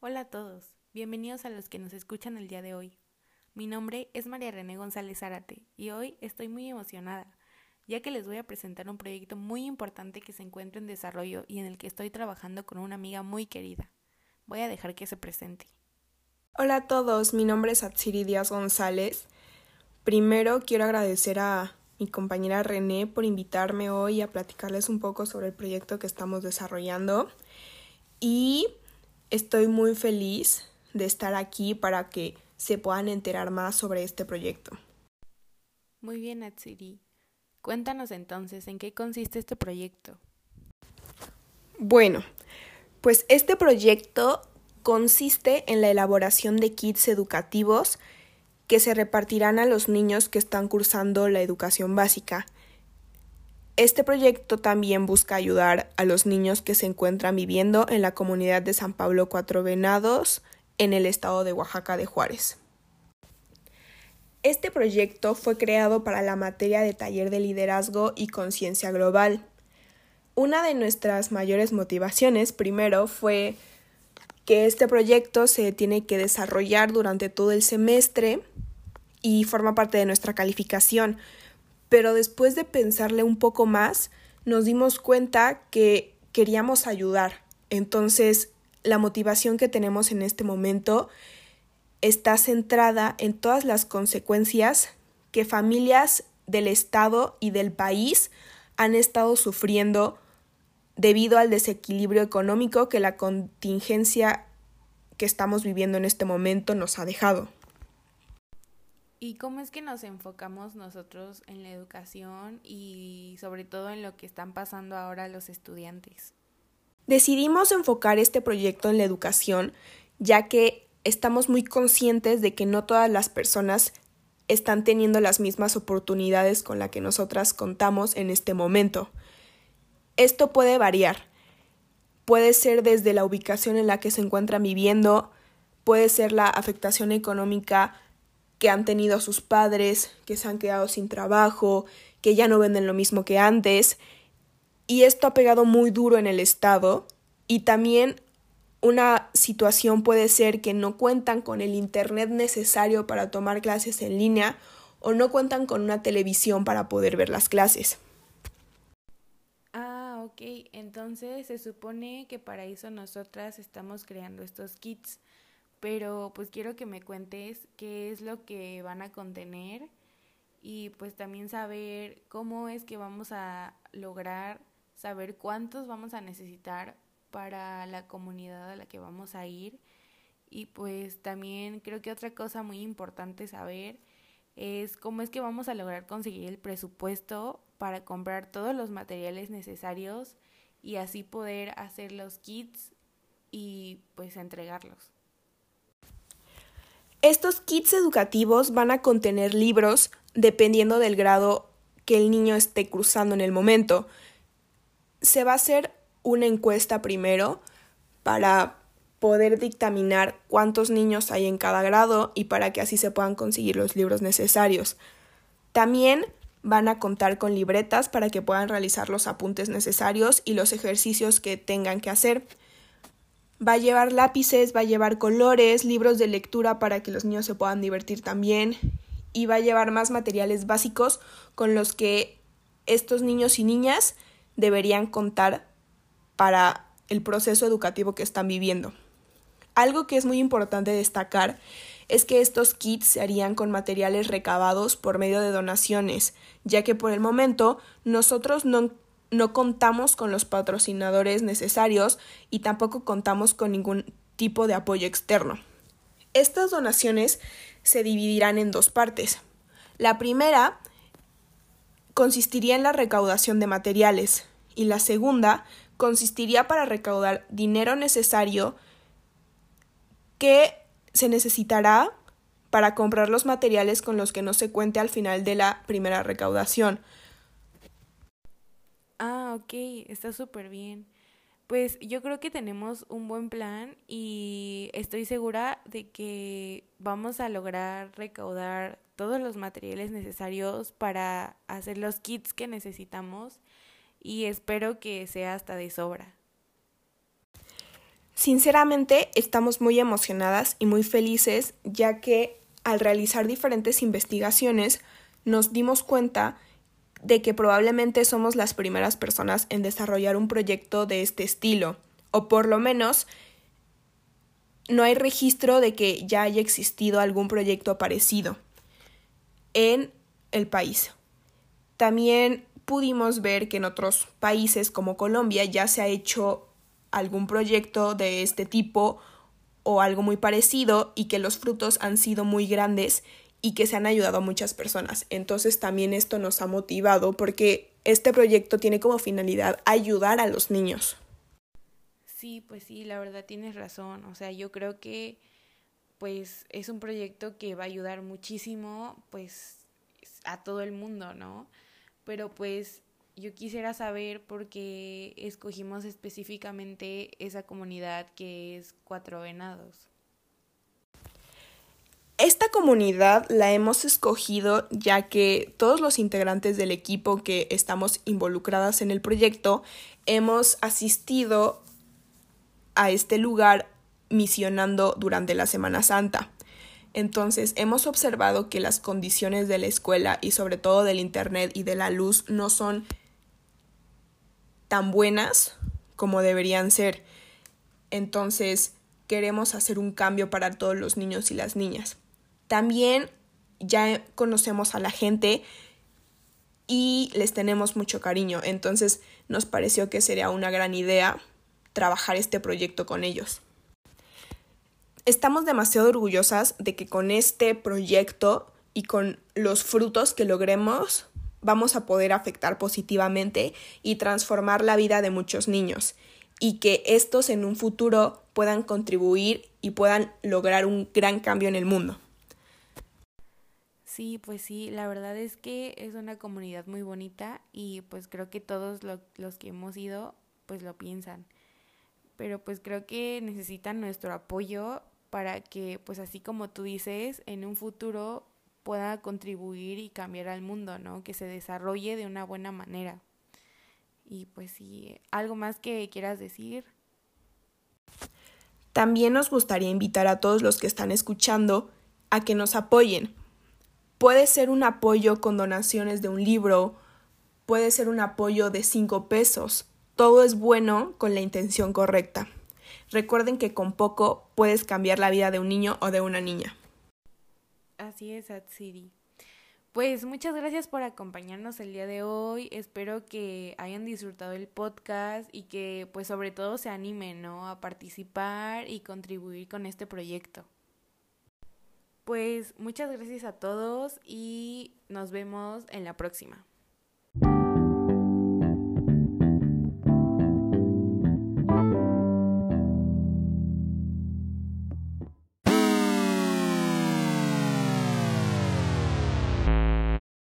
Hola a todos, bienvenidos a los que nos escuchan el día de hoy. Mi nombre es María René González Zárate y hoy estoy muy emocionada, ya que les voy a presentar un proyecto muy importante que se encuentra en desarrollo y en el que estoy trabajando con una amiga muy querida. Voy a dejar que se presente. Hola a todos, mi nombre es Atsiri Díaz González. Primero quiero agradecer a mi compañera René por invitarme hoy a platicarles un poco sobre el proyecto que estamos desarrollando y estoy muy feliz de estar aquí para que se puedan enterar más sobre este proyecto. Muy bien, Atsiri. Cuéntanos entonces en qué consiste este proyecto. Bueno, pues este proyecto consiste en la elaboración de kits educativos que se repartirán a los niños que están cursando la educación básica. Este proyecto también busca ayudar a los niños que se encuentran viviendo en la comunidad de San Pablo Cuatro Venados, en el estado de Oaxaca de Juárez. Este proyecto fue creado para la materia de taller de liderazgo y conciencia global. Una de nuestras mayores motivaciones, primero, fue que este proyecto se tiene que desarrollar durante todo el semestre y forma parte de nuestra calificación. Pero después de pensarle un poco más, nos dimos cuenta que queríamos ayudar. Entonces, la motivación que tenemos en este momento está centrada en todas las consecuencias que familias del Estado y del país han estado sufriendo debido al desequilibrio económico que la contingencia que estamos viviendo en este momento nos ha dejado. ¿Y cómo es que nos enfocamos nosotros en la educación y sobre todo en lo que están pasando ahora los estudiantes? Decidimos enfocar este proyecto en la educación, ya que estamos muy conscientes de que no todas las personas están teniendo las mismas oportunidades con las que nosotras contamos en este momento. Esto puede variar. Puede ser desde la ubicación en la que se encuentran viviendo, puede ser la afectación económica que han tenido sus padres, que se han quedado sin trabajo, que ya no venden lo mismo que antes, y esto ha pegado muy duro en el Estado, y también una situación puede ser que no cuentan con el internet necesario para tomar clases en línea o no cuentan con una televisión para poder ver las clases. Ok, entonces se supone que para eso nosotras estamos creando estos kits, pero pues quiero que me cuentes qué es lo que van a contener y pues también saber cómo es que vamos a lograr saber cuántos vamos a necesitar para la comunidad a la que vamos a ir. Y pues también creo que otra cosa muy importante saber es cómo es que vamos a lograr conseguir el presupuesto para comprar todos los materiales necesarios y así poder hacer los kits y pues entregarlos. Estos kits educativos van a contener libros dependiendo del grado que el niño esté cursando en el momento. Se va a hacer una encuesta primero para poder dictaminar cuántos niños hay en cada grado y para que así se puedan conseguir los libros necesarios. También van a contar con libretas para que puedan realizar los apuntes necesarios y los ejercicios que tengan que hacer. Va a llevar lápices, va a llevar colores, libros de lectura para que los niños se puedan divertir también y va a llevar más materiales básicos con los que estos niños y niñas deberían contar para el proceso educativo que están viviendo. Algo que es muy importante destacar es que estos kits se harían con materiales recabados por medio de donaciones, ya que por el momento nosotros no contamos con los patrocinadores necesarios y tampoco contamos con ningún tipo de apoyo externo. Estas donaciones se dividirán en dos partes. La primera consistiría en la recaudación de materiales y la segunda consistiría para recaudar dinero necesario que se necesitará para comprar los materiales con los que no se cuente al final de la primera recaudación. Ok, está súper bien. Pues yo creo que tenemos un buen plan y estoy segura de que vamos a lograr recaudar todos los materiales necesarios para hacer los kits que necesitamos y espero que sea hasta de sobra. Sinceramente, estamos muy emocionadas y muy felices, ya que al realizar diferentes investigaciones nos dimos cuenta de que probablemente somos las primeras personas en desarrollar un proyecto de este estilo, o por lo menos no hay registro de que ya haya existido algún proyecto parecido en el país. También pudimos ver que en otros países como Colombia ya se ha hecho algún proyecto de este tipo o algo muy parecido y que los frutos han sido muy grandes y que se han ayudado a muchas personas. Entonces también esto nos ha motivado porque este proyecto tiene como finalidad ayudar a los niños. Sí, pues sí, la verdad tienes razón. O sea, yo creo que pues es un proyecto que va a ayudar muchísimo pues a todo el mundo, ¿no? Pero pues yo quisiera saber por qué escogimos específicamente esa comunidad que es Cuatro Venados. Esta comunidad la hemos escogido ya que todos los integrantes del equipo que estamos involucradas en el proyecto hemos asistido a este lugar misionando durante la Semana Santa. Entonces hemos observado que las condiciones de la escuela y sobre todo del internet y de la luz no son tan buenas como deberían ser. Entonces queremos hacer un cambio para todos los niños y las niñas. También ya conocemos a la gente y les tenemos mucho cariño, entonces nos pareció que sería una gran idea trabajar este proyecto con ellos. Estamos demasiado orgullosas de que con este proyecto y con los frutos que logremos vamos a poder afectar positivamente y transformar la vida de muchos niños y que estos en un futuro puedan contribuir y puedan lograr un gran cambio en el mundo. Sí, pues sí, la verdad es que es una comunidad muy bonita y pues creo que todos los que hemos ido pues lo piensan. Pero pues creo que necesitan nuestro apoyo para que pues así como tú dices, en un futuro pueda contribuir y cambiar al mundo, ¿no? Que se desarrolle de una buena manera. Y pues sí, algo más que quieras decir. También nos gustaría invitar a todos los que están escuchando a que nos apoyen. Puede ser un apoyo con donaciones de un libro, puede ser un apoyo de 5 pesos. Todo es bueno con la intención correcta. Recuerden que con poco puedes cambiar la vida de un niño o de una niña. Así es, Atsiri. Pues muchas gracias por acompañarnos el día de hoy. Espero que hayan disfrutado el podcast y que pues sobre todo se animen, ¿no? A participar y contribuir con este proyecto. Pues muchas gracias a todos y nos vemos en la próxima.